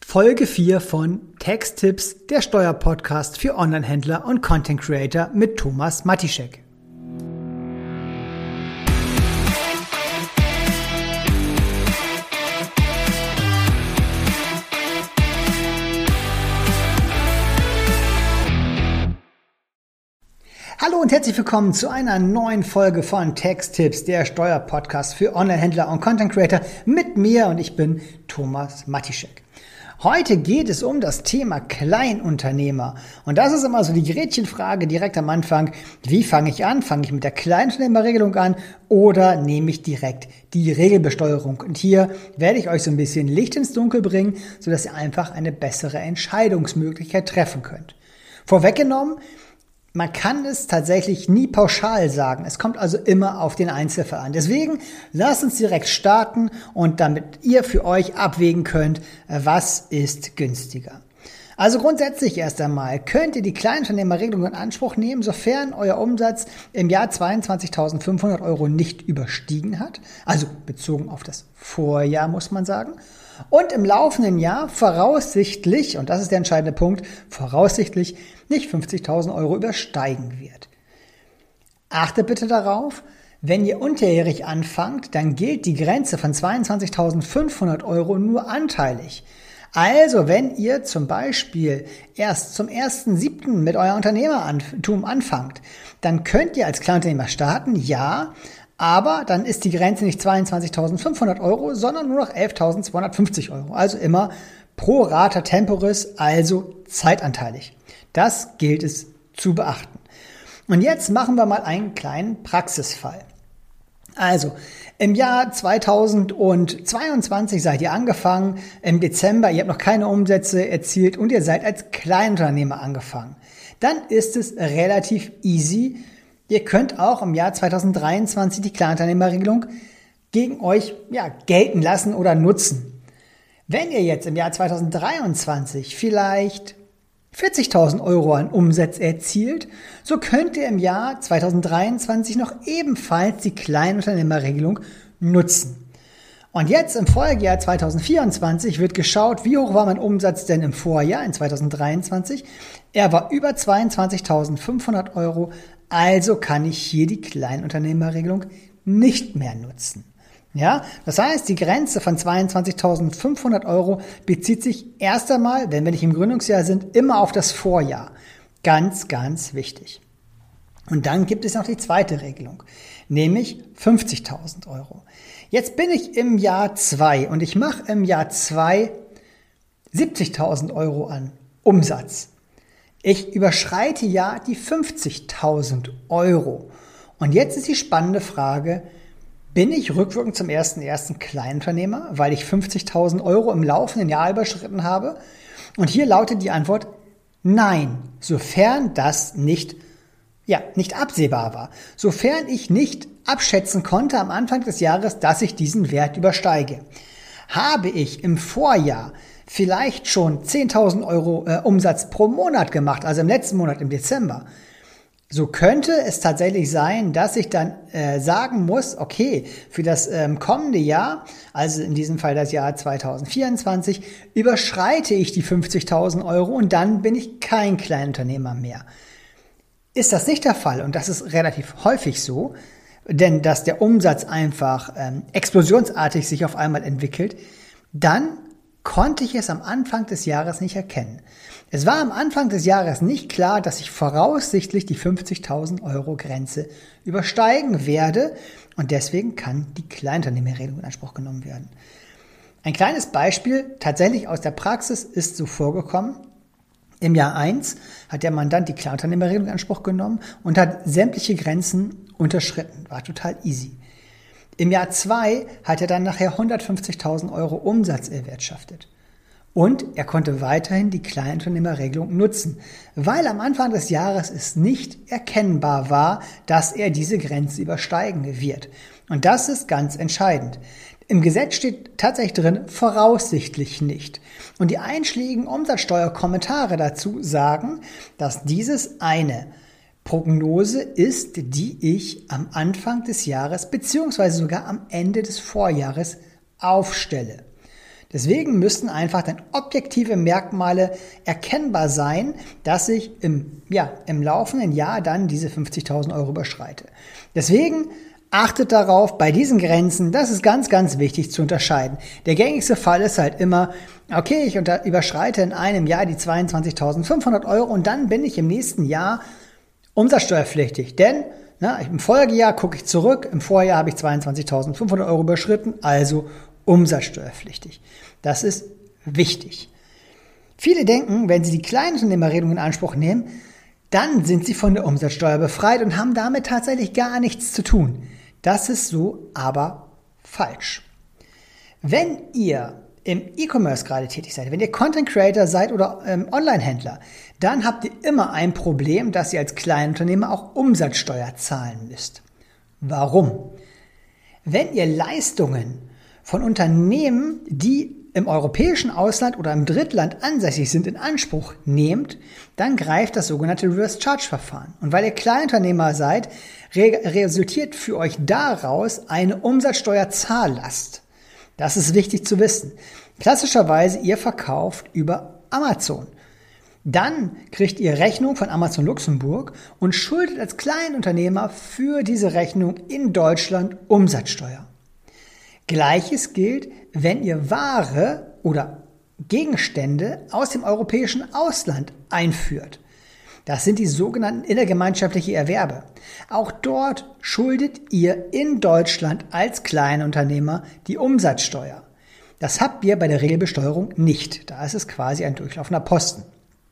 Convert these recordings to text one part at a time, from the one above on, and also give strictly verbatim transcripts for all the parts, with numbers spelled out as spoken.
Folge vier von Tax-Tipps, der Steuerpodcast für Onlinehändler und Content Creator mit Thomas Matischek. Hallo und herzlich willkommen zu einer neuen Folge von Tax-Tipps, der Steuerpodcast für Onlinehändler und Content Creator mit mir, und ich bin Thomas Matischek. Heute geht es um das Thema Kleinunternehmer. Und das ist immer so die Gretchenfrage direkt am Anfang. Wie fange ich an? Fange ich mit der Kleinunternehmerregelung an oder nehme ich direkt die Regelbesteuerung? Und hier werde ich euch so ein bisschen Licht ins Dunkel bringen, sodass ihr einfach eine bessere Entscheidungsmöglichkeit treffen könnt. Vorweggenommen, man kann es tatsächlich nie pauschal sagen. Es kommt also immer auf den Einzelfall an. Deswegen lasst uns direkt starten, und damit ihr für euch abwägen könnt, was ist günstiger. Also grundsätzlich erst einmal könnt ihr die Kleinunternehmerregelung in Anspruch nehmen, sofern euer Umsatz im Jahr zweiundzwanzigtausendfünfhundert Euro nicht überstiegen hat. Also bezogen auf das Vorjahr, muss man sagen. Und im laufenden Jahr voraussichtlich, und das ist der entscheidende Punkt, voraussichtlich nicht fünfzigtausend Euro übersteigen wird. Achtet bitte darauf, wenn ihr unterjährig anfangt, dann gilt die Grenze von zweiundzwanzigtausendfünfhundert Euro nur anteilig. Also wenn ihr zum Beispiel erst zum ersten siebten mit eurem Unternehmertum anfangt, dann könnt ihr als Kleinunternehmer starten, ja, aber dann ist die Grenze nicht zweiundzwanzigtausendfünfhundert Euro, sondern nur noch elftausendzweihundertfünfzig Euro. Also immer pro rata temporis, also zeitanteilig. Das gilt es zu beachten. Und jetzt machen wir mal einen kleinen Praxisfall. Also im Jahr zweitausendzweiundzwanzig seid ihr angefangen, im Dezember, ihr habt noch keine Umsätze erzielt und ihr seid als Kleinunternehmer angefangen. Dann ist es relativ easy. Ihr könnt auch im Jahr zweitausenddreiundzwanzig die Kleinunternehmerregelung gegen euch ja, gelten lassen oder nutzen. Wenn ihr jetzt im Jahr zweitausenddreiundzwanzig vielleicht vierzigtausend Euro an Umsatz erzielt, so könnt ihr im Jahr zweitausenddreiundzwanzig noch ebenfalls die Kleinunternehmerregelung nutzen. Und jetzt im Folgejahr zweitausendvierundzwanzig wird geschaut, wie hoch war mein Umsatz denn im Vorjahr in zweitausenddreiundzwanzig. Er war über zweiundzwanzigtausendfünfhundert Euro, also kann ich hier die Kleinunternehmerregelung nicht mehr nutzen. Ja, das heißt, die Grenze von zweiundzwanzigtausendfünfhundert Euro bezieht sich erst einmal, wenn wir nicht im Gründungsjahr sind, immer auf das Vorjahr. Ganz, ganz wichtig. Und dann gibt es noch die zweite Regelung, nämlich fünfzigtausend Euro. Jetzt bin ich im Jahr zwei und ich mache im Jahr zwei siebzigtausend Euro an Umsatz. Ich überschreite ja die fünfzigtausend Euro. Und jetzt ist die spannende Frage, bin ich rückwirkend zum ersten ersten Kleinunternehmer, weil ich fünfzigtausend Euro im laufenden Jahr überschritten habe? Und hier lautet die Antwort nein, sofern das nicht, ja, nicht absehbar war. Sofern ich nicht abschätzen konnte am Anfang des Jahres, dass ich diesen Wert übersteige. Habe ich im Vorjahr vielleicht schon zehntausend Euro äh, Umsatz pro Monat gemacht, also im letzten Monat, im Dezember, so könnte es tatsächlich sein, dass ich dann äh, sagen muss, okay, für das ähm, kommende Jahr, also in diesem Fall das Jahr zweitausendvierundzwanzig, überschreite ich die fünfzigtausend Euro und dann bin ich kein Kleinunternehmer mehr. Ist das nicht der Fall, und das ist relativ häufig so, denn dass der Umsatz einfach ähm, explosionsartig sich auf einmal entwickelt, dann konnte ich es am Anfang des Jahres nicht erkennen. Es war am Anfang des Jahres nicht klar, dass ich voraussichtlich die fünfzigtausend Euro Grenze übersteigen werde, und deswegen kann die Kleinunternehmerregelung in Anspruch genommen werden. Ein kleines Beispiel tatsächlich aus der Praxis ist so vorgekommen. Im Jahr eins hat der Mandant die Kleinunternehmerregelung in Anspruch genommen und hat sämtliche Grenzen unterschritten. War total easy. Im Jahr zwei hat er dann nachher hundertfünfzigtausend Euro Umsatz erwirtschaftet. Und er konnte weiterhin die Kleinunternehmerregelung nutzen, weil am Anfang des Jahres es nicht erkennbar war, dass er diese Grenze übersteigen wird. Und das ist ganz entscheidend. Im Gesetz steht tatsächlich drin, voraussichtlich nicht. Und die einschlägigen Umsatzsteuerkommentare dazu sagen, dass dieses eine Prognose ist, die ich am Anfang des Jahres beziehungsweise sogar am Ende des Vorjahres aufstelle. Deswegen müssten einfach dann objektive Merkmale erkennbar sein, dass ich im, ja, im laufenden Jahr dann diese fünfzigtausend Euro überschreite. Deswegen achtet darauf, bei diesen Grenzen, das ist ganz, ganz wichtig zu unterscheiden. Der gängigste Fall ist halt immer, okay, ich unter, überschreite in einem Jahr die zweiundzwanzigtausendfünfhundert Euro und dann bin ich im nächsten Jahr umsatzsteuerpflichtig. Denn na, im Folgejahr gucke ich zurück, im Vorjahr habe ich zweiundzwanzigtausendfünfhundert Euro überschritten, also umsatzsteuerpflichtig. Das ist wichtig. Viele denken, wenn sie die Kleinunternehmerregelung in Anspruch nehmen, dann sind sie von der Umsatzsteuer befreit und haben damit tatsächlich gar nichts zu tun. Das ist so aber falsch. Wenn ihr im E-Commerce gerade tätig seid, wenn ihr Content Creator seid oder ähm, Online-Händler, dann habt ihr immer ein Problem, dass ihr als Kleinunternehmer auch Umsatzsteuer zahlen müsst. Warum? Wenn ihr Leistungen von Unternehmen, die im europäischen Ausland oder im Drittland ansässig sind, in Anspruch nehmt, dann greift das sogenannte Reverse Charge Verfahren. Und weil ihr Kleinunternehmer seid, re- resultiert für euch daraus eine Umsatzsteuerzahllast. Das ist wichtig zu wissen. Klassischerweise, ihr verkauft über Amazon. Dann kriegt ihr Rechnung von Amazon Luxemburg und schuldet als Kleinunternehmer für diese Rechnung in Deutschland Umsatzsteuer. Gleiches gilt, wenn ihr Ware oder Gegenstände aus dem europäischen Ausland einführt. Das sind die sogenannten innergemeinschaftlichen Erwerbe. Auch dort schuldet ihr in Deutschland als Kleinunternehmer die Umsatzsteuer. Das habt ihr bei der Regelbesteuerung nicht. Da ist es quasi ein durchlaufender Posten.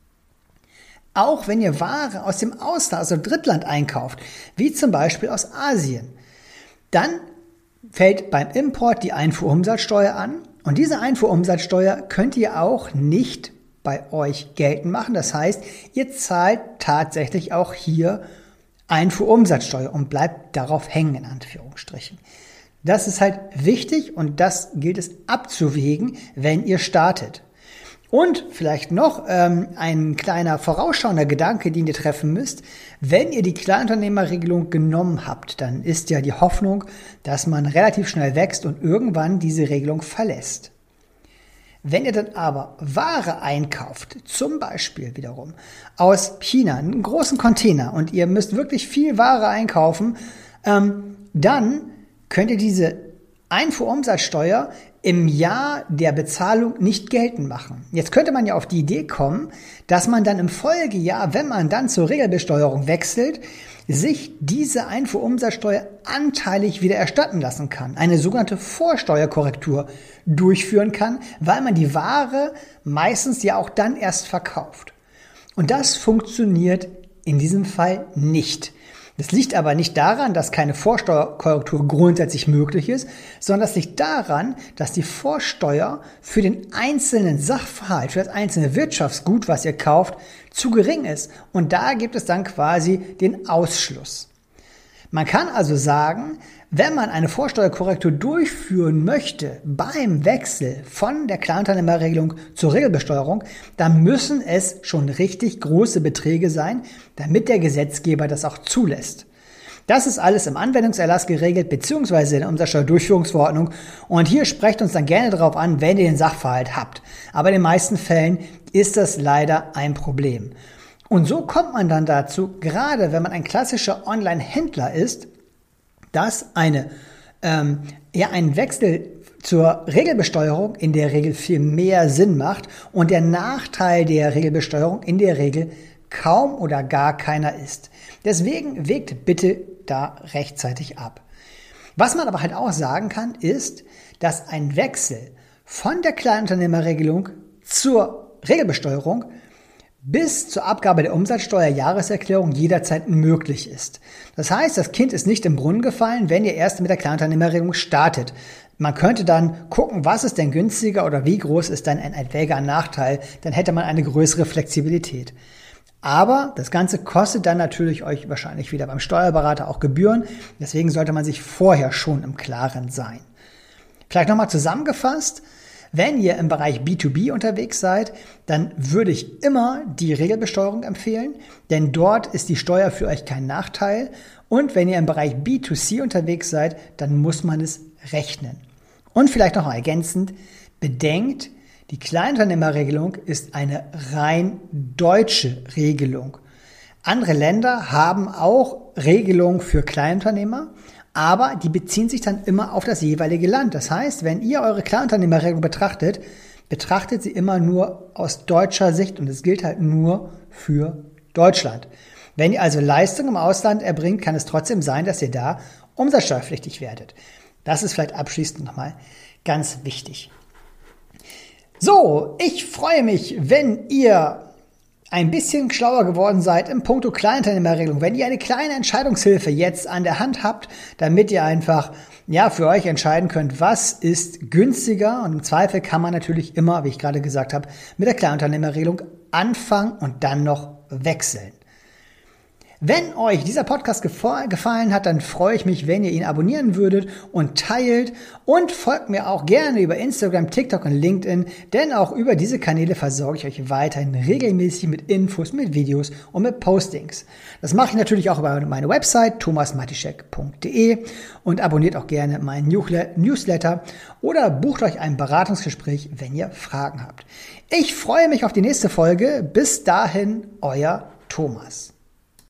Auch wenn ihr Ware aus dem Ausland, also Drittland einkauft, wie zum Beispiel aus Asien, dann fällt beim Import die Einfuhrumsatzsteuer an und diese Einfuhrumsatzsteuer könnt ihr auch nicht bei euch geltend machen. Das heißt, ihr zahlt tatsächlich auch hier Einfuhrumsatzsteuer und bleibt darauf hängen, in Anführungsstrichen. Das ist halt wichtig und das gilt es abzuwägen, wenn ihr startet. Und vielleicht noch ähm, ein kleiner vorausschauender Gedanke, den ihr treffen müsst. Wenn ihr die Kleinunternehmerregelung genommen habt, dann ist ja die Hoffnung, dass man relativ schnell wächst und irgendwann diese Regelung verlässt. Wenn ihr dann aber Ware einkauft, zum Beispiel wiederum aus China, einen großen Container und ihr müsst wirklich viel Ware einkaufen, ähm, dann könnt ihr diese Einfuhrumsatzsteuer im Jahr der Bezahlung nicht geltend machen. Jetzt könnte man ja auf die Idee kommen, dass man dann im Folgejahr, wenn man dann zur Regelbesteuerung wechselt, sich diese Einfuhrumsatzsteuer anteilig wieder erstatten lassen kann, eine sogenannte Vorsteuerkorrektur durchführen kann, weil man die Ware meistens ja auch dann erst verkauft. Und das funktioniert in diesem Fall nicht. Das liegt aber nicht daran, dass keine Vorsteuerkorrektur grundsätzlich möglich ist, sondern das liegt daran, dass die Vorsteuer für den einzelnen Sachverhalt, für das einzelne Wirtschaftsgut, was ihr kauft, zu gering ist. Und da gibt es dann quasi den Ausschluss. Man kann also sagen, wenn man eine Vorsteuerkorrektur durchführen möchte beim Wechsel von der Kleinunternehmerregelung zur Regelbesteuerung, dann müssen es schon richtig große Beträge sein, damit der Gesetzgeber das auch zulässt. Das ist alles im Anwendungserlass geregelt, beziehungsweise in der Umsatzsteuerdurchführungsverordnung. Und hier sprecht uns dann gerne darauf an, wenn ihr den Sachverhalt habt. Aber in den meisten Fällen ist das leider ein Problem. Und so kommt man dann dazu, gerade wenn man ein klassischer Online-Händler ist, dass eine, ähm, ja, ein Wechsel zur Regelbesteuerung in der Regel viel mehr Sinn macht und der Nachteil der Regelbesteuerung in der Regel kaum oder gar keiner ist. Deswegen wägt bitte da rechtzeitig ab. Was man aber halt auch sagen kann, ist, dass ein Wechsel von der Kleinunternehmerregelung zur Regelbesteuerung bis zur Abgabe der Umsatzsteuerjahreserklärung jederzeit möglich ist. Das heißt, das Kind ist nicht im Brunnen gefallen, wenn ihr erst mit der Kleinunternehmerregelung startet. Man könnte dann gucken, was ist denn günstiger oder wie groß ist dann ein etwaiger Nachteil, dann hätte man eine größere Flexibilität. Aber das Ganze kostet dann natürlich euch wahrscheinlich wieder beim Steuerberater auch Gebühren, deswegen sollte man sich vorher schon im Klaren sein. Vielleicht nochmal zusammengefasst: Wenn ihr im Bereich B zwei B unterwegs seid, dann würde ich immer die Regelbesteuerung empfehlen, denn dort ist die Steuer für euch kein Nachteil. Und wenn ihr im Bereich B zwei C unterwegs seid, dann muss man es rechnen. Und vielleicht noch ergänzend, Bedenkt, die Kleinunternehmerregelung ist eine rein deutsche Regelung. Andere Länder haben auch Regelungen für Kleinunternehmer, aber die beziehen sich dann immer auf das jeweilige Land. Das heißt, wenn ihr eure Kleinunternehmerregelung betrachtet, betrachtet sie immer nur aus deutscher Sicht und es gilt halt nur für Deutschland. Wenn ihr also Leistungen im Ausland erbringt, kann es trotzdem sein, dass ihr da umsatzsteuerpflichtig werdet. Das ist vielleicht abschließend nochmal ganz wichtig. So, ich freue mich, wenn ihr ein bisschen schlauer geworden seid im Punkto Kleinunternehmerregelung, wenn ihr eine kleine Entscheidungshilfe jetzt an der Hand habt, damit ihr einfach ja für euch entscheiden könnt, was ist günstiger, und im Zweifel kann man natürlich immer, wie ich gerade gesagt habe, mit der Kleinunternehmerregelung anfangen und dann noch wechseln. Wenn euch dieser Podcast gefallen hat, dann freue ich mich, wenn ihr ihn abonnieren würdet und teilt, und folgt mir auch gerne über Instagram, TikTok und LinkedIn, denn auch über diese Kanäle versorge ich euch weiterhin regelmäßig mit Infos, mit Videos und mit Postings. Das mache ich natürlich auch über meine Website thomas matischek punkt de und abonniert auch gerne meinen Newsletter oder bucht euch ein Beratungsgespräch, wenn ihr Fragen habt. Ich freue mich auf die nächste Folge. Bis dahin, euer Thomas.